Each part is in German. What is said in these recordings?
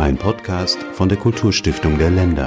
Ein Podcast von der Kulturstiftung der Länder.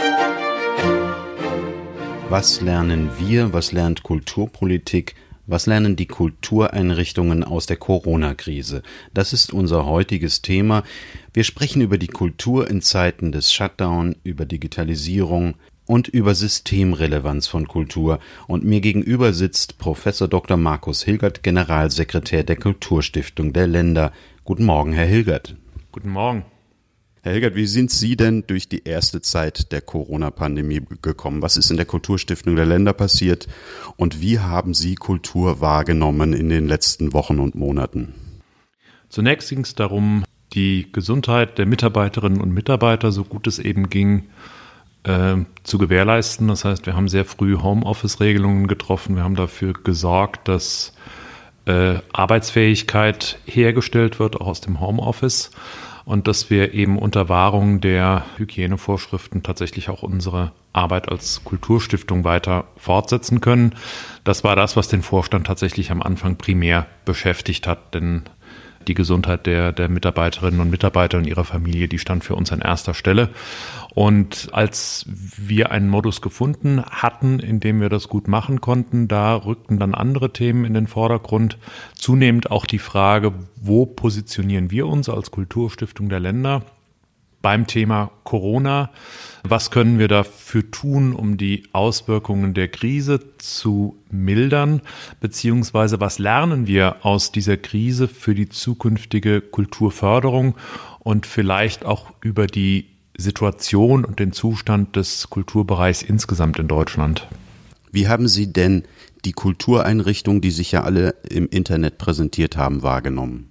Was lernen wir, was lernt Kulturpolitik, was lernen die Kultureinrichtungen aus der Corona-Krise? Das ist unser heutiges Thema. Wir sprechen über die Kultur in Zeiten des Shutdown, über Digitalisierung und über Systemrelevanz von Kultur. Und mir gegenüber sitzt Professor Dr. Markus Hilgert, Generalsekretär der Kulturstiftung der Länder. Guten Morgen, Herr Hilgert. Guten Morgen. Herr Hilgert, wie sind Sie denn durch die erste Zeit der Corona-Pandemie gekommen? Was ist in der Kulturstiftung der Länder passiert und wie haben Sie Kultur wahrgenommen in den letzten Wochen und Monaten? Zunächst ging es darum, die Gesundheit der Mitarbeiterinnen und Mitarbeiter, so gut es eben ging, zu gewährleisten. Das heißt, wir haben sehr früh Homeoffice-Regelungen getroffen. Wir haben dafür gesorgt, dass Arbeitsfähigkeit hergestellt wird, auch aus dem Homeoffice. Und dass wir eben unter Wahrung der Hygienevorschriften tatsächlich auch unsere Arbeit als Kulturstiftung weiter fortsetzen können. Das war das, was den Vorstand tatsächlich am Anfang primär beschäftigt hat, denn die Gesundheit der Mitarbeiterinnen und Mitarbeiter und ihrer Familie, die stand für uns an erster Stelle. Und als wir einen Modus gefunden hatten, in dem wir das gut machen konnten, da rückten dann andere Themen in den Vordergrund. Zunehmend auch die Frage, wo positionieren wir uns als Kulturstiftung der Länder beim Thema Corona? Was können wir dafür tun, um die Auswirkungen der Krise zu mildern? Beziehungsweise was lernen wir aus dieser Krise für die zukünftige Kulturförderung und vielleicht auch über die Situation und den Zustand des Kulturbereichs insgesamt in Deutschland? Wie haben Sie denn die Kultureinrichtungen, die sich ja alle im Internet präsentiert haben, wahrgenommen?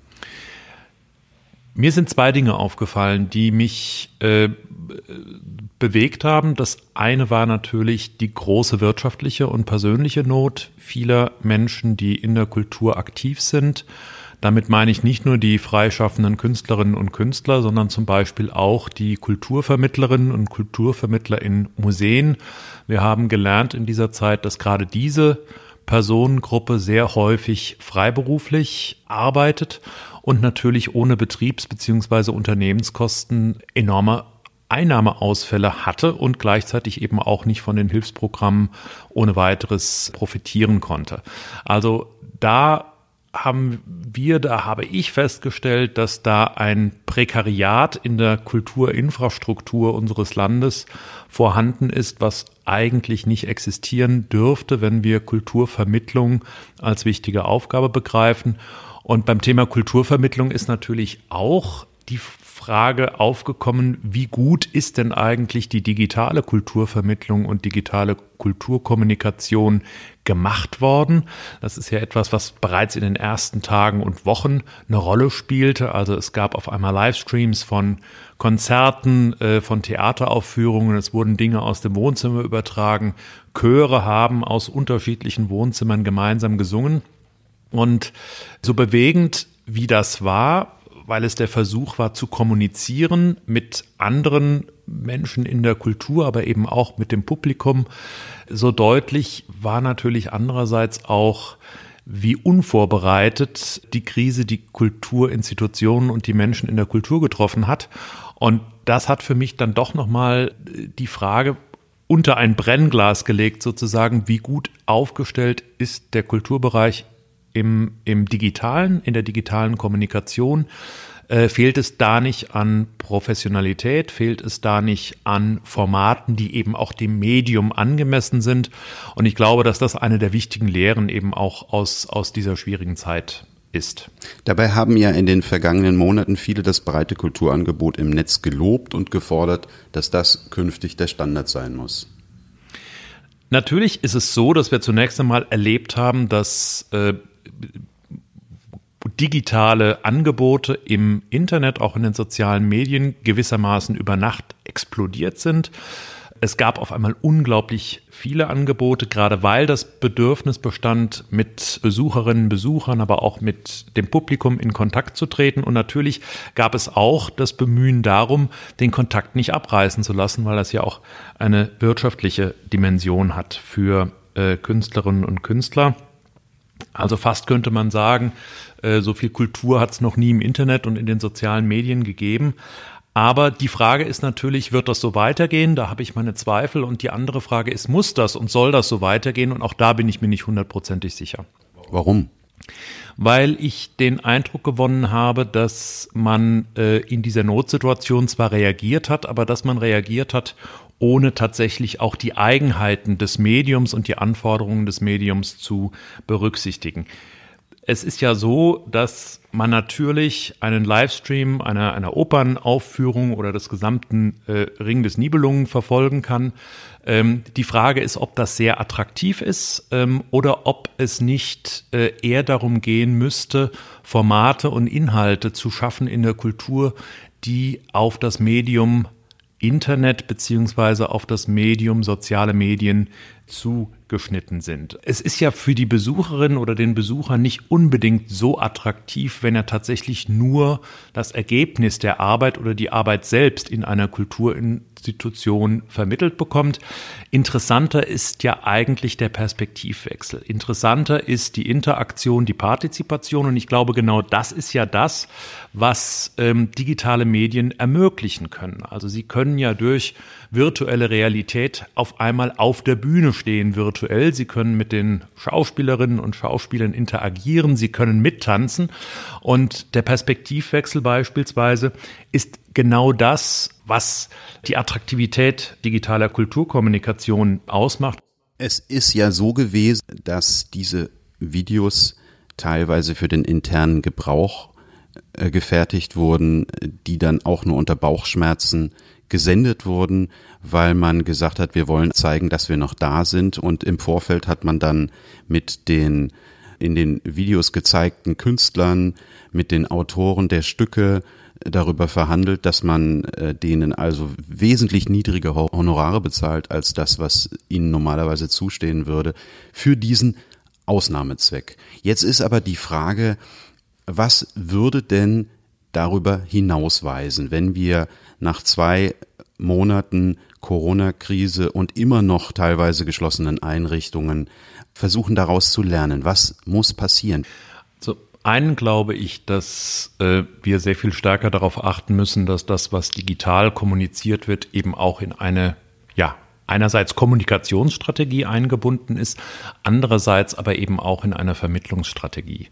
Mir sind zwei Dinge aufgefallen, die mich bewegt haben. Das eine war natürlich die große wirtschaftliche und persönliche Not vieler Menschen, die in der Kultur aktiv sind. Damit meine ich nicht nur die freischaffenden Künstlerinnen und Künstler, sondern zum Beispiel auch die Kulturvermittlerinnen und Kulturvermittler in Museen. Wir haben gelernt in dieser Zeit, dass gerade diese Personengruppe sehr häufig freiberuflich arbeitet und natürlich ohne Betriebs- bzw. Unternehmenskosten enorme Einnahmeausfälle hatte und gleichzeitig eben auch nicht von den Hilfsprogrammen ohne weiteres profitieren konnte. Also da habe ich festgestellt, dass da ein Prekariat in der Kulturinfrastruktur unseres Landes vorhanden ist, was eigentlich nicht existieren dürfte, wenn wir Kulturvermittlung als wichtige Aufgabe begreifen. Und beim Thema Kulturvermittlung ist natürlich auch die Frage aufgekommen, wie gut ist denn eigentlich die digitale Kulturvermittlung und digitale Kulturkommunikation gemacht worden? Das ist ja etwas, was bereits in den ersten Tagen und Wochen eine Rolle spielte. Also es gab auf einmal Livestreams von Konzerten, von Theateraufführungen. Es wurden Dinge aus dem Wohnzimmer übertragen. Chöre haben aus unterschiedlichen Wohnzimmern gemeinsam gesungen. Und so bewegend wie das war, weil es der Versuch war, zu kommunizieren mit anderen Menschen in der Kultur, aber eben auch mit dem Publikum, so deutlich war natürlich andererseits auch, wie unvorbereitet die Krise die Kulturinstitutionen und die Menschen in der Kultur getroffen hat. Und das hat für mich dann doch nochmal die Frage unter ein Brennglas gelegt, sozusagen, wie gut aufgestellt ist der Kulturbereich im Digitalen, in der digitalen Kommunikation. Fehlt es da nicht an Professionalität? Fehlt es da nicht an Formaten, die eben auch dem Medium angemessen sind? Und ich glaube, dass das eine der wichtigen Lehren eben auch aus dieser schwierigen Zeit ist. Dabei haben ja in den vergangenen Monaten viele das breite Kulturangebot im Netz gelobt und gefordert, dass das künftig der Standard sein muss. Natürlich ist es so, dass wir zunächst einmal erlebt haben, dass digitale Angebote im Internet, auch in den sozialen Medien, gewissermaßen über Nacht explodiert sind. Es gab auf einmal unglaublich viele Angebote, gerade weil das Bedürfnis bestand, mit Besucherinnen, Besuchern, aber auch mit dem Publikum in Kontakt zu treten. Und natürlich gab es auch das Bemühen darum, den Kontakt nicht abreißen zu lassen, weil das ja auch eine wirtschaftliche Dimension hat für Künstlerinnen und Künstler. Also fast könnte man sagen, so viel Kultur hat es noch nie im Internet und in den sozialen Medien gegeben. Aber die Frage ist natürlich, wird das so weitergehen? Da habe ich meine Zweifel. Und die andere Frage ist, muss das und soll das so weitergehen? Und auch da bin ich mir nicht hundertprozentig sicher. Warum? Weil ich den Eindruck gewonnen habe, dass man in dieser Notsituation zwar reagiert hat, aber dass man reagiert hat, ohne tatsächlich auch die Eigenheiten des Mediums und die Anforderungen des Mediums zu berücksichtigen. Es ist ja so, dass man natürlich einen Livestream einer Opernaufführung oder des gesamten Ring des Nibelungen verfolgen kann. Die Frage ist, ob das sehr attraktiv ist oder ob es nicht eher darum gehen müsste, Formate und Inhalte zu schaffen in der Kultur, die auf das Medium Internet beziehungsweise auf das Medium soziale Medien zugeschnitten sind. Es ist ja für die Besucherin oder den Besucher nicht unbedingt so attraktiv, wenn er tatsächlich nur das Ergebnis der Arbeit oder die Arbeit selbst in einer Kulturinstitution vermittelt bekommt. Interessanter ist ja eigentlich der Perspektivwechsel. Interessanter ist die Interaktion, die Partizipation, und ich glaube, genau das ist ja das, was digitale Medien ermöglichen können. Also sie können ja durch virtuelle Realität auf einmal auf der Bühne stehen virtuell. Sie können mit den Schauspielerinnen und Schauspielern interagieren. Sie können mittanzen. Und der Perspektivwechsel beispielsweise ist genau das, was die Attraktivität digitaler Kulturkommunikation ausmacht. Es ist ja so gewesen, dass diese Videos teilweise für den internen Gebrauch gefertigt wurden, die dann auch nur unter Bauchschmerzen gesendet wurden, weil man gesagt hat, wir wollen zeigen, dass wir noch da sind, und im Vorfeld hat man dann mit den in den Videos gezeigten Künstlern, mit den Autoren der Stücke darüber verhandelt, dass man denen also wesentlich niedrige Honorare bezahlt als das, was ihnen normalerweise zustehen würde, für diesen Ausnahmezweck. Jetzt ist aber die Frage, was würde denn darüber hinausweisen, wenn wir nach 2 Monaten Corona-Krise und immer noch teilweise geschlossenen Einrichtungen versuchen, daraus zu lernen? Was muss passieren? Zum einen glaube ich, dass wir sehr viel stärker darauf achten müssen, dass das, was digital kommuniziert wird, eben auch in eine, einerseits Kommunikationsstrategie eingebunden ist, andererseits aber eben auch in einer Vermittlungsstrategie.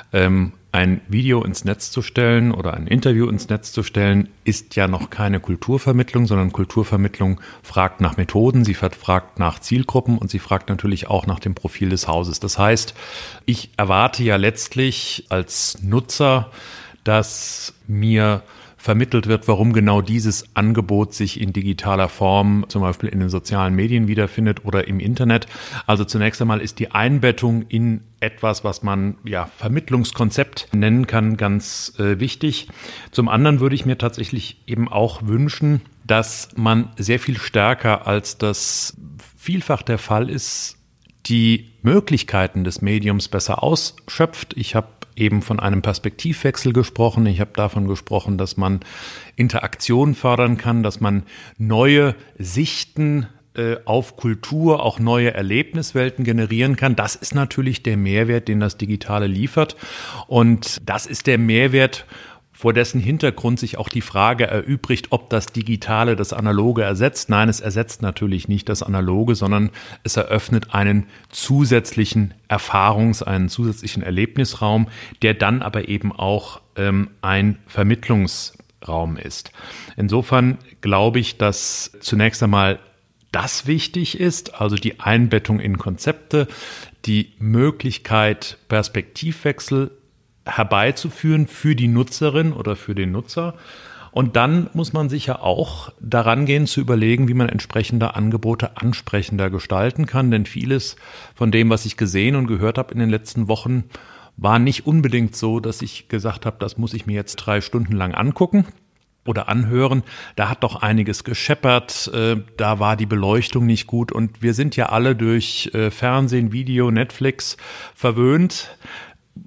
Ein Video ins Netz zu stellen oder ein Interview ins Netz zu stellen, ist ja noch keine Kulturvermittlung, sondern Kulturvermittlung fragt nach Methoden, sie fragt nach Zielgruppen und sie fragt natürlich auch nach dem Profil des Hauses. Das heißt, ich erwarte ja letztlich als Nutzer, dass mir vermittelt wird, warum genau dieses Angebot sich in digitaler Form zum Beispiel in den sozialen Medien wiederfindet oder im Internet. Also zunächst einmal ist die Einbettung in etwas, was man Vermittlungskonzept nennen kann, ganz wichtig. Zum anderen würde ich mir tatsächlich eben auch wünschen, dass man sehr viel stärker, als das vielfach der Fall ist, die Möglichkeiten des Mediums besser ausschöpft. Ich habe eben von einem Perspektivwechsel gesprochen. Ich habe davon gesprochen, dass man Interaktion fördern kann, dass man neue Sichten auf Kultur, auch neue Erlebniswelten generieren kann. Das ist natürlich der Mehrwert, den das Digitale liefert. Und das ist der Mehrwert, vor dessen Hintergrund sich auch die Frage erübrigt, ob das Digitale das Analoge ersetzt. Nein, es ersetzt natürlich nicht das Analoge, sondern es eröffnet einen zusätzlichen einen zusätzlichen Erlebnisraum, der dann aber eben auch ein Vermittlungsraum ist. Insofern glaube ich, dass zunächst einmal das wichtig ist, also die Einbettung in Konzepte, die Möglichkeit, Perspektivwechsel herbeizuführen für die Nutzerin oder für den Nutzer. Und dann muss man sich ja auch daran gehen, zu überlegen, wie man entsprechende Angebote ansprechender gestalten kann. Denn vieles von dem, was ich gesehen und gehört habe in den letzten Wochen, war nicht unbedingt so, dass ich gesagt habe, das muss ich mir jetzt 3 Stunden lang angucken oder anhören. Da hat doch einiges gescheppert, da war die Beleuchtung nicht gut. Und wir sind ja alle durch Fernsehen, Video, Netflix verwöhnt.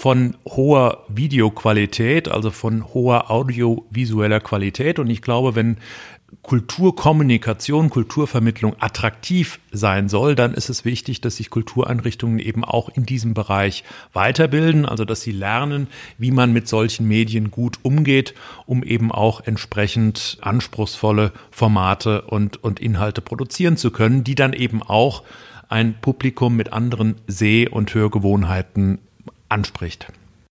von hoher Videoqualität, also von hoher audiovisueller Qualität. Und ich glaube, wenn Kulturkommunikation, Kulturvermittlung attraktiv sein soll, dann ist es wichtig, dass sich Kultureinrichtungen eben auch in diesem Bereich weiterbilden, also dass sie lernen, wie man mit solchen Medien gut umgeht, um eben auch entsprechend anspruchsvolle Formate und Inhalte produzieren zu können, die dann eben auch ein Publikum mit anderen Seh- und Hörgewohnheiten anspricht.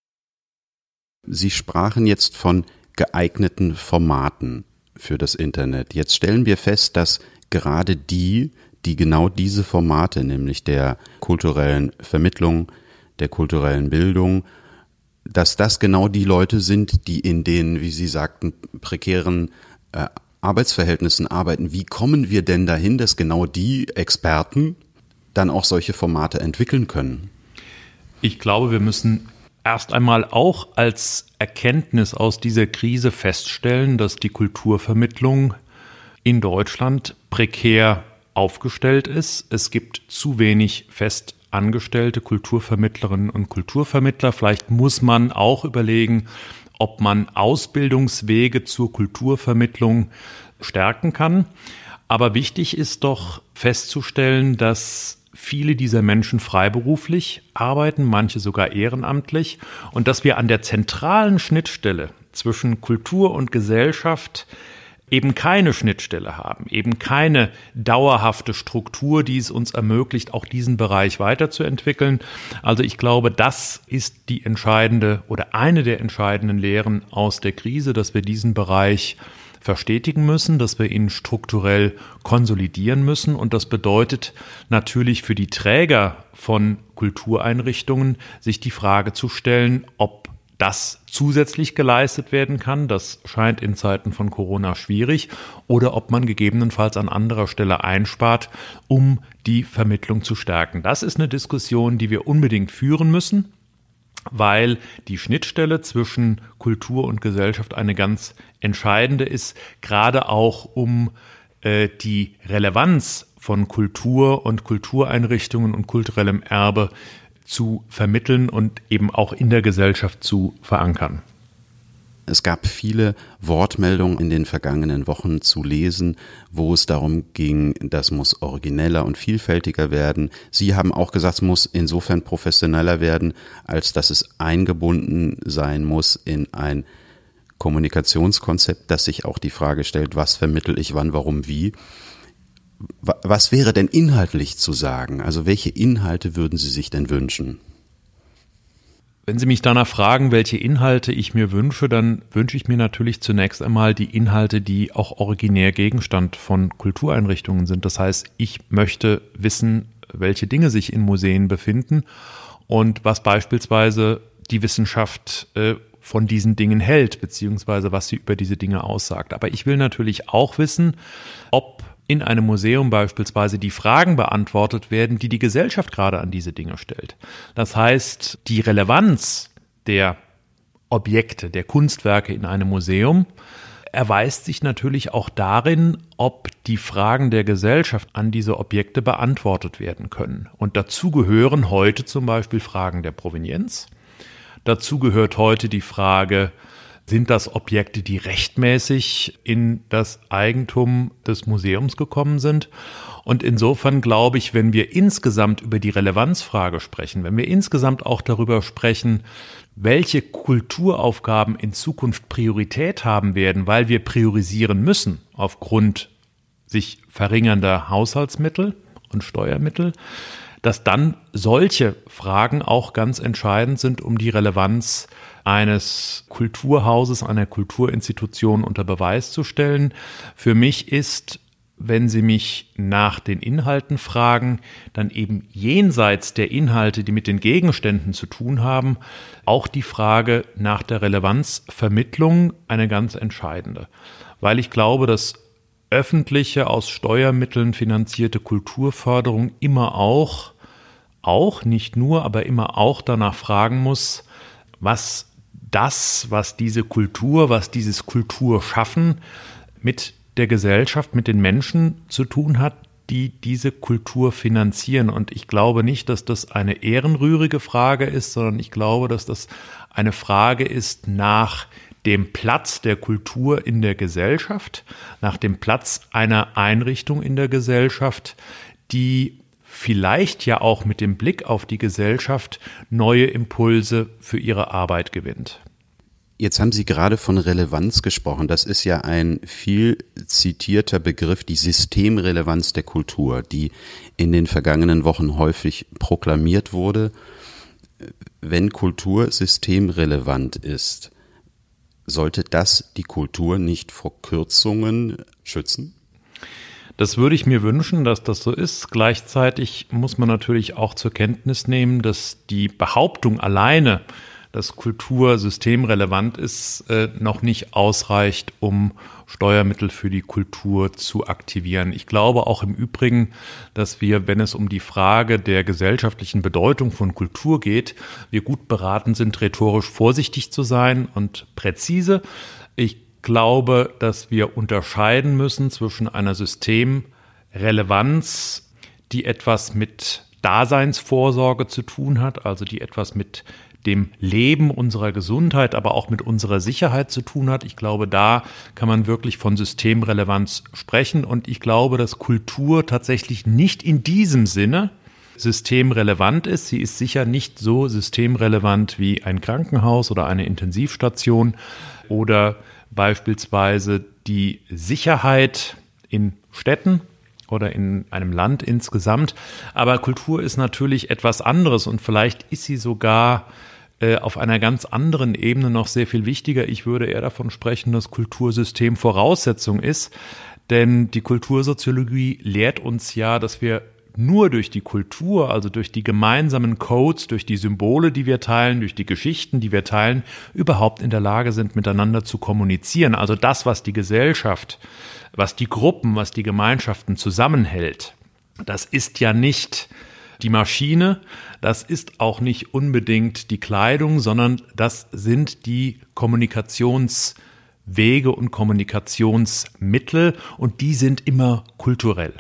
Sie sprachen jetzt von geeigneten Formaten für das Internet. Jetzt stellen wir fest, dass gerade die genau diese Formate, nämlich der kulturellen Vermittlung, der kulturellen Bildung, dass das genau die Leute sind, die in den, wie Sie sagten, prekären Arbeitsverhältnissen arbeiten. Wie kommen wir denn dahin, dass genau die Experten dann auch solche Formate entwickeln können? Ich glaube, wir müssen erst einmal auch als Erkenntnis aus dieser Krise feststellen, dass die Kulturvermittlung in Deutschland prekär aufgestellt ist. Es gibt zu wenig fest angestellte Kulturvermittlerinnen und Kulturvermittler. Vielleicht muss man auch überlegen, ob man Ausbildungswege zur Kulturvermittlung stärken kann. Aber wichtig ist doch festzustellen, dass viele dieser Menschen freiberuflich arbeiten, manche sogar ehrenamtlich, und dass wir an der zentralen Schnittstelle zwischen Kultur und Gesellschaft eben keine Schnittstelle haben, eben keine dauerhafte Struktur, die es uns ermöglicht, auch diesen Bereich weiterzuentwickeln. Also ich glaube, das ist die entscheidende oder eine der entscheidenden Lehren aus der Krise, dass wir diesen Bereich verstetigen müssen, dass wir ihn strukturell konsolidieren müssen. Und das bedeutet natürlich für die Träger von Kultureinrichtungen, sich die Frage zu stellen, ob das zusätzlich geleistet werden kann. Das scheint in Zeiten von Corona schwierig. Oder ob man gegebenenfalls an anderer Stelle einspart, um die Vermittlung zu stärken. Das ist eine Diskussion, die wir unbedingt führen müssen, weil die Schnittstelle zwischen Kultur und Gesellschaft eine ganz entscheidende ist, gerade auch um die Relevanz von Kultur und Kultureinrichtungen und kulturellem Erbe zu vermitteln und eben auch in der Gesellschaft zu verankern. Es gab viele Wortmeldungen in den vergangenen Wochen zu lesen, wo es darum ging, das muss origineller und vielfältiger werden. Sie haben auch gesagt, es muss insofern professioneller werden, als dass es eingebunden sein muss in ein Kommunikationskonzept, das sich auch die Frage stellt, was vermittle ich wann, warum, wie. Was wäre denn inhaltlich zu sagen? Also welche Inhalte würden Sie sich denn wünschen? Wenn Sie mich danach fragen, welche Inhalte ich mir wünsche, dann wünsche ich mir natürlich zunächst einmal die Inhalte, die auch originär Gegenstand von Kultureinrichtungen sind. Das heißt, ich möchte wissen, welche Dinge sich in Museen befinden und was beispielsweise die Wissenschaft von diesen Dingen hält, beziehungsweise was sie über diese Dinge aussagt. Aber ich will natürlich auch wissen, ob in einem Museum beispielsweise die Fragen beantwortet werden, die die Gesellschaft gerade an diese Dinge stellt. Das heißt, die Relevanz der Objekte, der Kunstwerke in einem Museum erweist sich natürlich auch darin, ob die Fragen der Gesellschaft an diese Objekte beantwortet werden können. Und dazu gehören heute zum Beispiel Fragen der Provenienz. Dazu gehört heute die Frage, sind das Objekte, die rechtmäßig in das Eigentum des Museums gekommen sind? Und insofern glaube ich, wenn wir insgesamt über die Relevanzfrage sprechen, wenn wir insgesamt auch darüber sprechen, welche Kulturaufgaben in Zukunft Priorität haben werden, weil wir priorisieren müssen aufgrund sich verringernder Haushaltsmittel und Steuermittel, dass dann solche Fragen auch ganz entscheidend sind, um die Relevanz eines Kulturhauses, einer Kulturinstitution unter Beweis zu stellen. Für mich ist, wenn Sie mich nach den Inhalten fragen, dann eben jenseits der Inhalte, die mit den Gegenständen zu tun haben, auch die Frage nach der Relevanzvermittlung eine ganz entscheidende. Weil ich glaube, dass öffentliche, aus Steuermitteln finanzierte Kulturförderung immer auch nicht nur, aber immer auch danach fragen muss, was diese Kultur, was dieses Kulturschaffen mit der Gesellschaft, mit den Menschen zu tun hat, die diese Kultur finanzieren. Und ich glaube nicht, dass das eine ehrenrührige Frage ist, sondern ich glaube, dass das eine Frage ist nach dem Platz der Kultur in der Gesellschaft, nach dem Platz einer Einrichtung in der Gesellschaft, die vielleicht ja auch mit dem Blick auf die Gesellschaft neue Impulse für ihre Arbeit gewinnt. Jetzt haben Sie gerade von Relevanz gesprochen. Das ist ja ein viel zitierter Begriff, die Systemrelevanz der Kultur, die in den vergangenen Wochen häufig proklamiert wurde. Wenn Kultur systemrelevant ist, sollte das die Kultur nicht vor Kürzungen schützen? Das würde ich mir wünschen, dass das so ist. Gleichzeitig muss man natürlich auch zur Kenntnis nehmen, dass die Behauptung alleine, dass Kultur systemrelevant ist, noch nicht ausreicht, um Steuermittel für die Kultur zu aktivieren. Ich glaube auch im Übrigen, dass wir, wenn es um die Frage der gesellschaftlichen Bedeutung von Kultur geht, wir gut beraten sind, rhetorisch vorsichtig zu sein und präzise. Ich glaube, dass wir unterscheiden müssen zwischen einer Systemrelevanz, die etwas mit Daseinsvorsorge zu tun hat, also die etwas mit dem Leben, unserer Gesundheit, aber auch mit unserer Sicherheit zu tun hat. Ich glaube, da kann man wirklich von Systemrelevanz sprechen. Und ich glaube, dass Kultur tatsächlich nicht in diesem Sinne systemrelevant ist. Sie ist sicher nicht so systemrelevant wie ein Krankenhaus oder eine Intensivstation oder beispielsweise die Sicherheit in Städten oder in einem Land insgesamt. Aber Kultur ist natürlich etwas anderes und vielleicht ist sie sogar auf einer ganz anderen Ebene noch sehr viel wichtiger. Ich würde eher davon sprechen, dass Kultursystem Voraussetzung ist, denn die Kultursoziologie lehrt uns ja, dass wir nur durch die Kultur, also durch die gemeinsamen Codes, durch die Symbole, die wir teilen, durch die Geschichten, die wir teilen, überhaupt in der Lage sind, miteinander zu kommunizieren. Also das, was die Gesellschaft, was die Gruppen, was die Gemeinschaften zusammenhält, das ist ja nicht die Maschine, das ist auch nicht unbedingt die Kleidung, sondern das sind die Kommunikationswege und Kommunikationsmittel und die sind immer kulturell.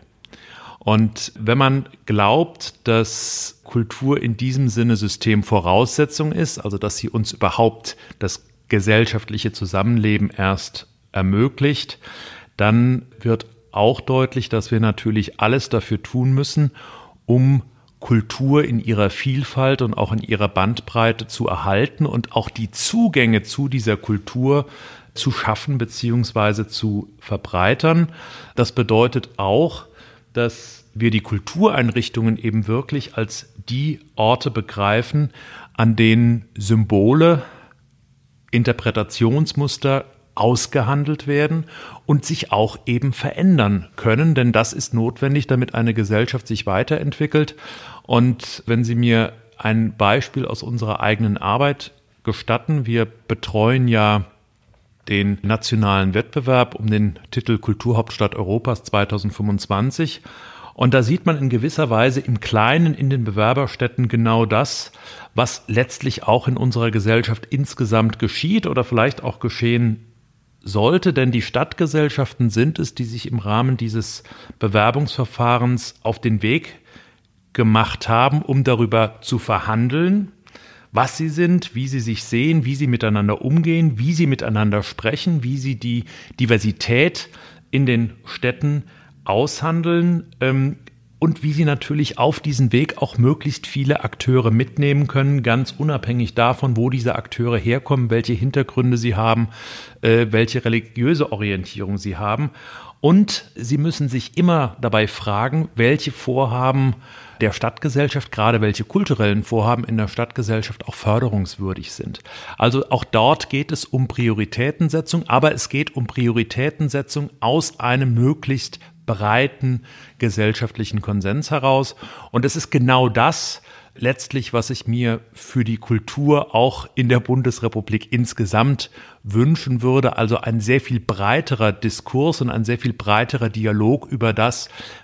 Und wenn man glaubt, dass Kultur in diesem Sinne Systemvoraussetzung ist, also dass sie uns überhaupt das gesellschaftliche Zusammenleben erst ermöglicht, dann wird auch deutlich, dass wir natürlich alles dafür tun müssen, um Kultur in ihrer Vielfalt und auch in ihrer Bandbreite zu erhalten und auch die Zugänge zu dieser Kultur zu schaffen bzw. zu verbreitern. Das bedeutet auch, dass wir die Kultureinrichtungen eben wirklich als die Orte begreifen, an denen Symbole, Interpretationsmuster ausgehandelt werden und sich auch eben verändern können, denn das ist notwendig, damit eine Gesellschaft sich weiterentwickelt. Und wenn Sie mir ein Beispiel aus unserer eigenen Arbeit gestatten, wir betreuen ja den nationalen Wettbewerb um den Titel Kulturhauptstadt Europas 2025. Und da sieht man in gewisser Weise im Kleinen in den Bewerberstädten genau das, was letztlich auch in unserer Gesellschaft insgesamt geschieht oder vielleicht auch geschehen sollte, denn die Stadtgesellschaften sind es, die sich im Rahmen dieses Bewerbungsverfahrens auf den Weg gemacht haben, um darüber zu verhandeln, was sie sind, wie sie sich sehen, wie sie miteinander umgehen, wie sie miteinander sprechen, wie sie die Diversität in den Städten aushandeln und wie sie natürlich auf diesen Weg auch möglichst viele Akteure mitnehmen können, ganz unabhängig davon, wo diese Akteure herkommen, welche Hintergründe sie haben, welche religiöse Orientierung sie haben. Und sie müssen sich immer dabei fragen, welche Vorhaben der Stadtgesellschaft, gerade welche kulturellen Vorhaben in der Stadtgesellschaft auch förderungswürdig sind. Also auch dort geht es um Prioritätensetzung, aber es geht um Prioritätensetzung aus einem möglichst breiten gesellschaftlichen Konsens heraus. Und es ist genau das letztlich, was ich mir für die Kultur auch in der Bundesrepublik insgesamt wünschen würde. Also ein sehr viel breiterer Diskurs und ein sehr viel breiterer Dialog über das,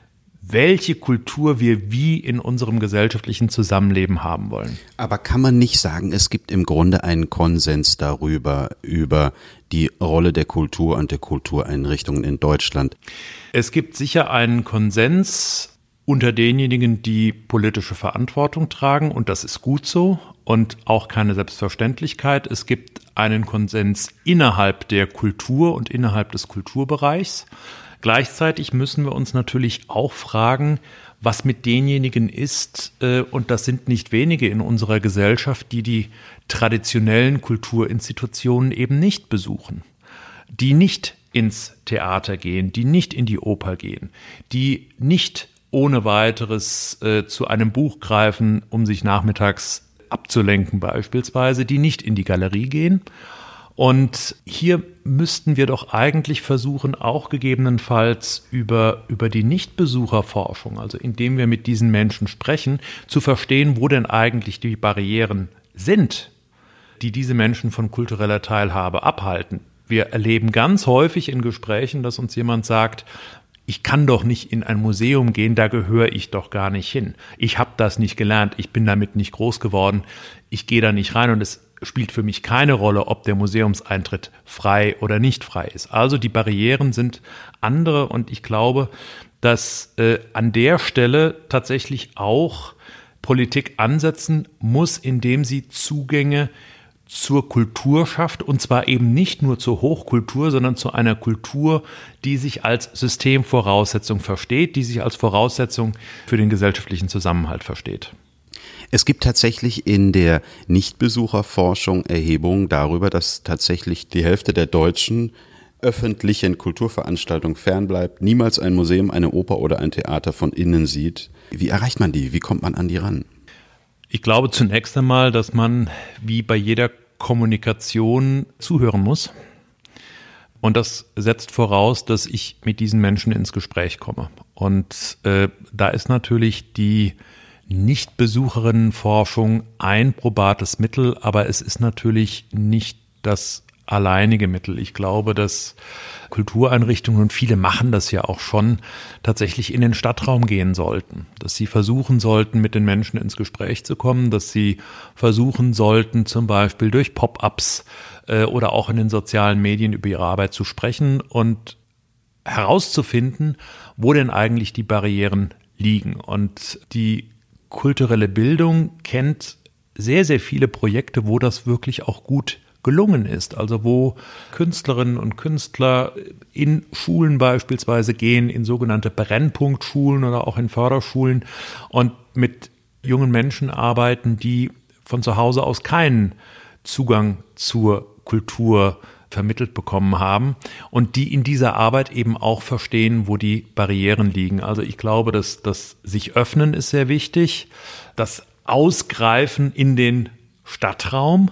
welche Kultur wir wie in unserem gesellschaftlichen Zusammenleben haben wollen. Aber kann man nicht sagen, es gibt im Grunde einen Konsens darüber, über die Rolle der Kultur und der Kultureinrichtungen in Deutschland? Es gibt sicher einen Konsens unter denjenigen, die politische Verantwortung tragen, und das ist gut so und auch keine Selbstverständlichkeit. Es gibt einen Konsens innerhalb der Kultur und innerhalb des Kulturbereichs. Gleichzeitig müssen wir uns natürlich auch fragen, was mit denjenigen ist, und das sind nicht wenige in unserer Gesellschaft, die die traditionellen Kulturinstitutionen eben nicht besuchen, die nicht ins Theater gehen, die nicht in die Oper gehen, die nicht ohne weiteres zu einem Buch greifen, um sich nachmittags abzulenken beispielsweise, die nicht in die Galerie gehen. Und hier müssten wir doch eigentlich versuchen, auch gegebenenfalls über die Nichtbesucherforschung, also indem wir mit diesen Menschen sprechen, zu verstehen, wo denn eigentlich die Barrieren sind, die diese Menschen von kultureller Teilhabe abhalten. Wir erleben ganz häufig in Gesprächen, dass uns jemand sagt, ich kann doch nicht in ein Museum gehen, da gehöre ich doch gar nicht hin. Ich habe das nicht gelernt, ich bin damit nicht groß geworden, ich gehe da nicht rein und es spielt für mich keine Rolle, ob der Museumseintritt frei oder nicht frei ist. Also die Barrieren sind andere und ich glaube, dass an der Stelle tatsächlich auch Politik ansetzen muss, indem sie Zugänge zur Kultur schafft, und zwar eben nicht nur zur Hochkultur, sondern zu einer Kultur, die sich als Systemvoraussetzung versteht, die sich als Voraussetzung für den gesellschaftlichen Zusammenhalt versteht. Es gibt tatsächlich in der Nichtbesucherforschung Erhebungen darüber, dass tatsächlich die Hälfte der Deutschen öffentlichen Kulturveranstaltungen fernbleibt, niemals ein Museum, eine Oper oder ein Theater von innen sieht. Wie erreicht man die? Wie kommt man an die ran? Ich glaube zunächst einmal, dass man wie bei jeder Kommunikation zuhören muss. Und das setzt voraus, dass ich mit diesen Menschen ins Gespräch komme. Und da ist natürlich die Nichtbesucherinnenforschung ein probates Mittel, aber es ist natürlich nicht das alleinige Mittel. Ich glaube, dass Kultureinrichtungen, und viele machen das ja auch schon, tatsächlich in den Stadtraum gehen sollten. Dass sie versuchen sollten, mit den Menschen ins Gespräch zu kommen, dass sie versuchen sollten, zum Beispiel durch Pop-ups oder auch in den sozialen Medien über ihre Arbeit zu sprechen und herauszufinden, wo denn eigentlich die Barrieren liegen. Und die kulturelle Bildung kennt sehr, sehr viele Projekte, wo das wirklich auch gut gelungen ist, also wo Künstlerinnen und Künstler in Schulen beispielsweise gehen, in sogenannte Brennpunktschulen oder auch in Förderschulen und mit jungen Menschen arbeiten, die von zu Hause aus keinen Zugang zur Kultur vermittelt bekommen haben und die in dieser Arbeit eben auch verstehen, wo die Barrieren liegen. Also ich glaube, dass das sich öffnen ist sehr wichtig, das Ausgreifen in den Stadtraum,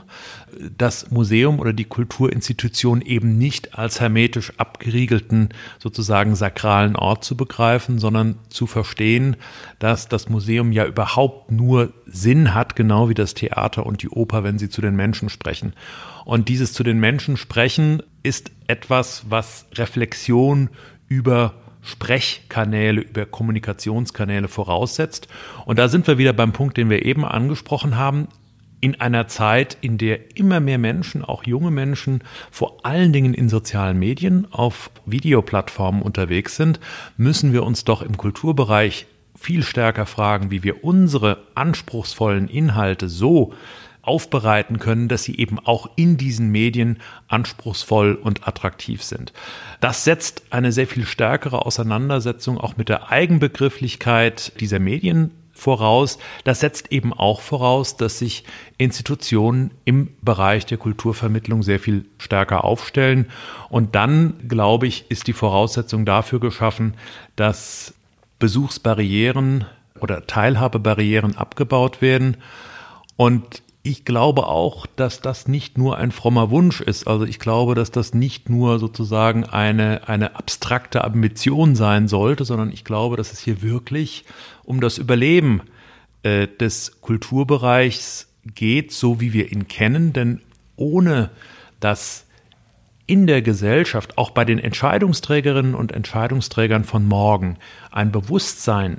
das Museum oder die Kulturinstitution eben nicht als hermetisch abgeriegelten, sozusagen sakralen Ort zu begreifen, sondern zu verstehen, dass das Museum ja überhaupt nur Sinn hat, genau wie das Theater und die Oper, wenn sie zu den Menschen sprechen. Und dieses zu den Menschen sprechen ist etwas, was Reflexion über Sprechkanäle, über Kommunikationskanäle voraussetzt. Und da sind wir wieder beim Punkt, den wir eben angesprochen haben. In einer Zeit, in der immer mehr Menschen, auch junge Menschen, vor allen Dingen in sozialen Medien, auf Videoplattformen unterwegs sind, müssen wir uns doch im Kulturbereich viel stärker fragen, wie wir unsere anspruchsvollen Inhalte so aufbereiten können, dass sie eben auch in diesen Medien anspruchsvoll und attraktiv sind. Das setzt eine sehr viel stärkere Auseinandersetzung auch mit der Eigenbegrifflichkeit dieser Medien voraus. Das setzt eben auch voraus, dass sich Institutionen im Bereich der Kulturvermittlung sehr viel stärker aufstellen. Und dann, glaube ich, ist die Voraussetzung dafür geschaffen, dass Besuchsbarrieren oder Teilhabebarrieren abgebaut werden. Und ich glaube auch, dass das nicht nur ein frommer Wunsch ist. Also ich glaube, dass das nicht nur sozusagen eine abstrakte Ambition sein sollte, sondern ich glaube, dass es hier wirklich um das Überleben des Kulturbereichs geht, so wie wir ihn kennen. Denn ohne das in der Gesellschaft, auch bei den Entscheidungsträgerinnen und Entscheidungsträgern von morgen, ein Bewusstsein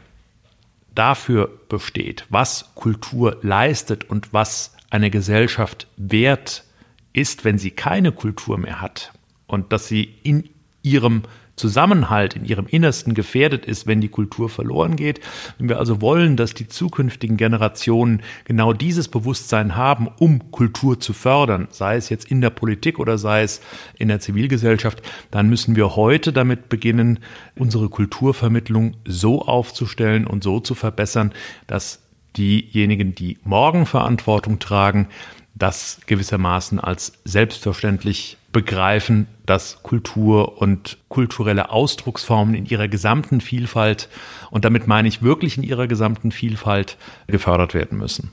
dafür besteht, was Kultur leistet und was eine Gesellschaft wert ist, wenn sie keine Kultur mehr hat und dass sie in ihrem Zusammenhalt, in ihrem Innersten gefährdet ist, wenn die Kultur verloren geht. Wenn wir also wollen, dass die zukünftigen Generationen genau dieses Bewusstsein haben, um Kultur zu fördern, sei es jetzt in der Politik oder sei es in der Zivilgesellschaft, dann müssen wir heute damit beginnen, unsere Kulturvermittlung so aufzustellen und so zu verbessern, dass diejenigen, die morgen Verantwortung tragen, das gewissermaßen als selbstverständlich begreifen, dass Kultur und kulturelle Ausdrucksformen in ihrer gesamten Vielfalt, und damit meine ich wirklich in ihrer gesamten Vielfalt, gefördert werden müssen.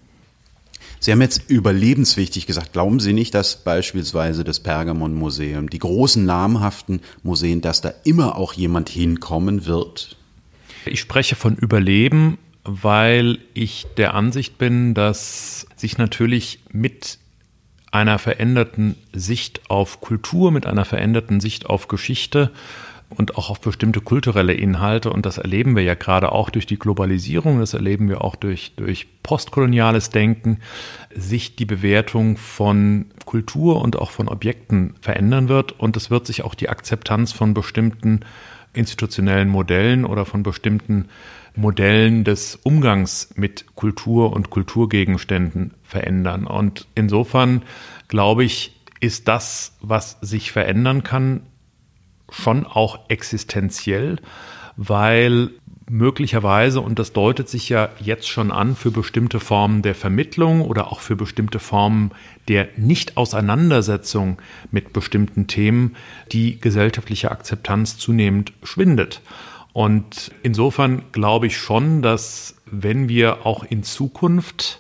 Sie haben jetzt überlebenswichtig gesagt, glauben Sie nicht, dass beispielsweise das Pergamon-Museum, die großen namhaften Museen, dass da immer auch jemand hinkommen wird? Ich spreche von Überleben, weil ich der Ansicht bin, dass sich natürlich mit einer veränderten Sicht auf Kultur, mit einer veränderten Sicht auf Geschichte und auch auf bestimmte kulturelle Inhalte, und das erleben wir ja gerade auch durch die Globalisierung, das erleben wir auch durch postkoloniales Denken, sich die Bewertung von Kultur und auch von Objekten verändern wird, und es wird sich auch die Akzeptanz von bestimmten institutionellen Modellen oder von bestimmten Modellen des Umgangs mit Kultur und Kulturgegenständen verändern. Und insofern, glaube ich, ist das, was sich verändern kann, schon auch existenziell, weil möglicherweise, und das deutet sich ja jetzt schon an, für bestimmte Formen der Vermittlung oder auch für bestimmte Formen der Nicht-Auseinandersetzung mit bestimmten Themen, die gesellschaftliche Akzeptanz zunehmend schwindet. Und insofern glaube ich schon, dass wenn wir auch in Zukunft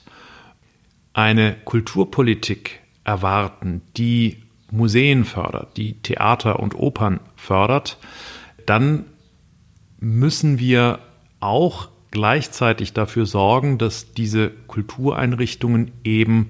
eine Kulturpolitik erwarten, die Museen fördert, die Theater und Opern fördert, dann müssen wir auch gleichzeitig dafür sorgen, dass diese Kultureinrichtungen eben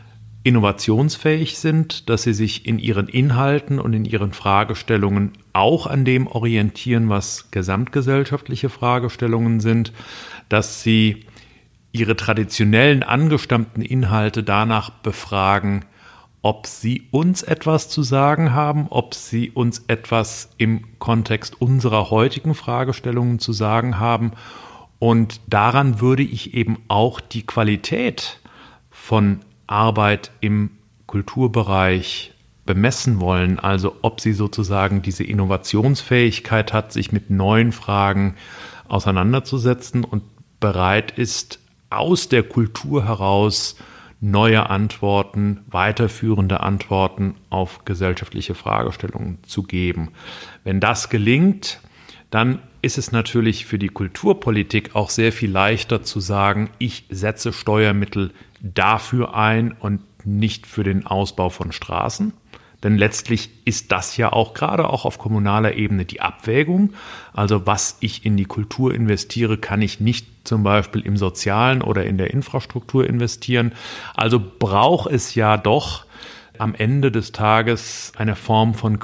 innovationsfähig sind, dass sie sich in ihren Inhalten und in ihren Fragestellungen auch an dem orientieren, was gesamtgesellschaftliche Fragestellungen sind, dass sie ihre traditionellen angestammten Inhalte danach befragen, ob sie uns etwas zu sagen haben, ob sie uns etwas im Kontext unserer heutigen Fragestellungen zu sagen haben. Und daran würde ich eben auch die Qualität von Arbeit im Kulturbereich bemessen wollen, also ob sie sozusagen diese Innovationsfähigkeit hat, sich mit neuen Fragen auseinanderzusetzen und bereit ist, aus der Kultur heraus neue Antworten, weiterführende Antworten auf gesellschaftliche Fragestellungen zu geben. Wenn das gelingt, dann ist es natürlich für die Kulturpolitik auch sehr viel leichter zu sagen, ich setze Steuermittel dafür ein und nicht für den Ausbau von Straßen. Denn letztlich ist das ja auch gerade auch auf kommunaler Ebene die Abwägung. Also was ich in die Kultur investiere, kann ich nicht zum Beispiel im Sozialen oder in der Infrastruktur investieren. Also braucht es ja doch am Ende des Tages eine Form von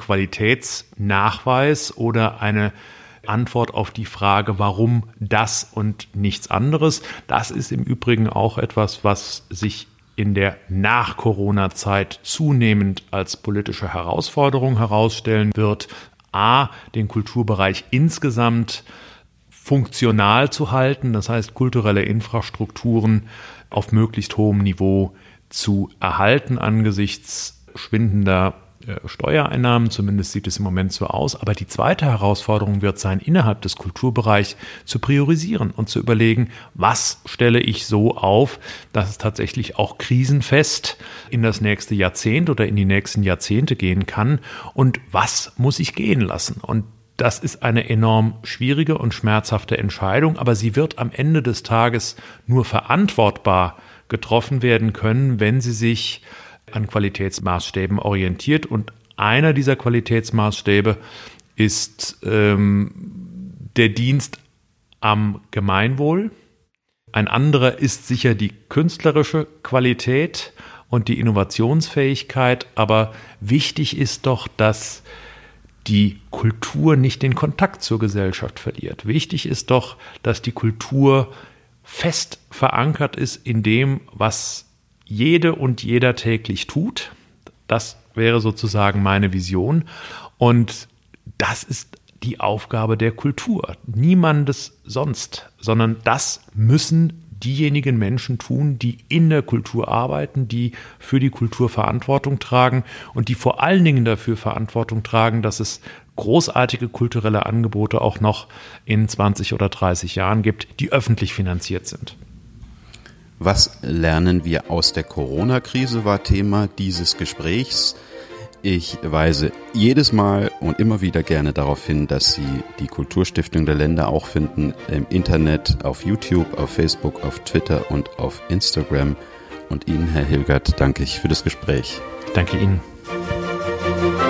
Qualitätsnachweis oder eine Antwort auf die Frage, warum das und nichts anderes. Das ist im Übrigen auch etwas, was sich in der Nach-Corona-Zeit zunehmend als politische Herausforderung herausstellen wird. A, den Kulturbereich insgesamt funktional zu halten, das heißt kulturelle Infrastrukturen auf möglichst hohem Niveau zu erhalten angesichts schwindender Steuereinnahmen, zumindest sieht es im Moment so aus. Aber die zweite Herausforderung wird sein, innerhalb des Kulturbereichs zu priorisieren und zu überlegen, was stelle ich so auf, dass es tatsächlich auch krisenfest in das nächste Jahrzehnt oder in die nächsten Jahrzehnte gehen kann und was muss ich gehen lassen. Und das ist eine enorm schwierige und schmerzhafte Entscheidung, aber sie wird am Ende des Tages nur verantwortbar getroffen werden können, wenn sie sich an Qualitätsmaßstäben orientiert. Und einer dieser Qualitätsmaßstäbe ist der Dienst am Gemeinwohl. Ein anderer ist sicher die künstlerische Qualität. und die Innovationsfähigkeit. Aber wichtig ist doch, dass die Kultur nicht den Kontakt zur Gesellschaft verliert. Wichtig ist doch, dass die Kultur fest verankert ist in dem, was jede und jeder täglich tut. Das wäre sozusagen meine Vision. Und das ist die Aufgabe der Kultur. Niemandes sonst, sondern das müssen diejenigen Menschen tun, die in der Kultur arbeiten, die für die Kultur Verantwortung tragen und die vor allen Dingen dafür Verantwortung tragen, dass es großartige kulturelle Angebote auch noch in 20 oder 30 Jahren gibt, die öffentlich finanziert sind. Was lernen wir aus der Corona-Krise, war Thema dieses Gesprächs. Ich weise jedes Mal und immer wieder gerne darauf hin, dass Sie die Kulturstiftung der Länder auch finden im Internet, auf YouTube, auf Facebook, auf Twitter und auf Instagram. Und Ihnen, Herr Hilgert, danke ich für das Gespräch. Danke Ihnen.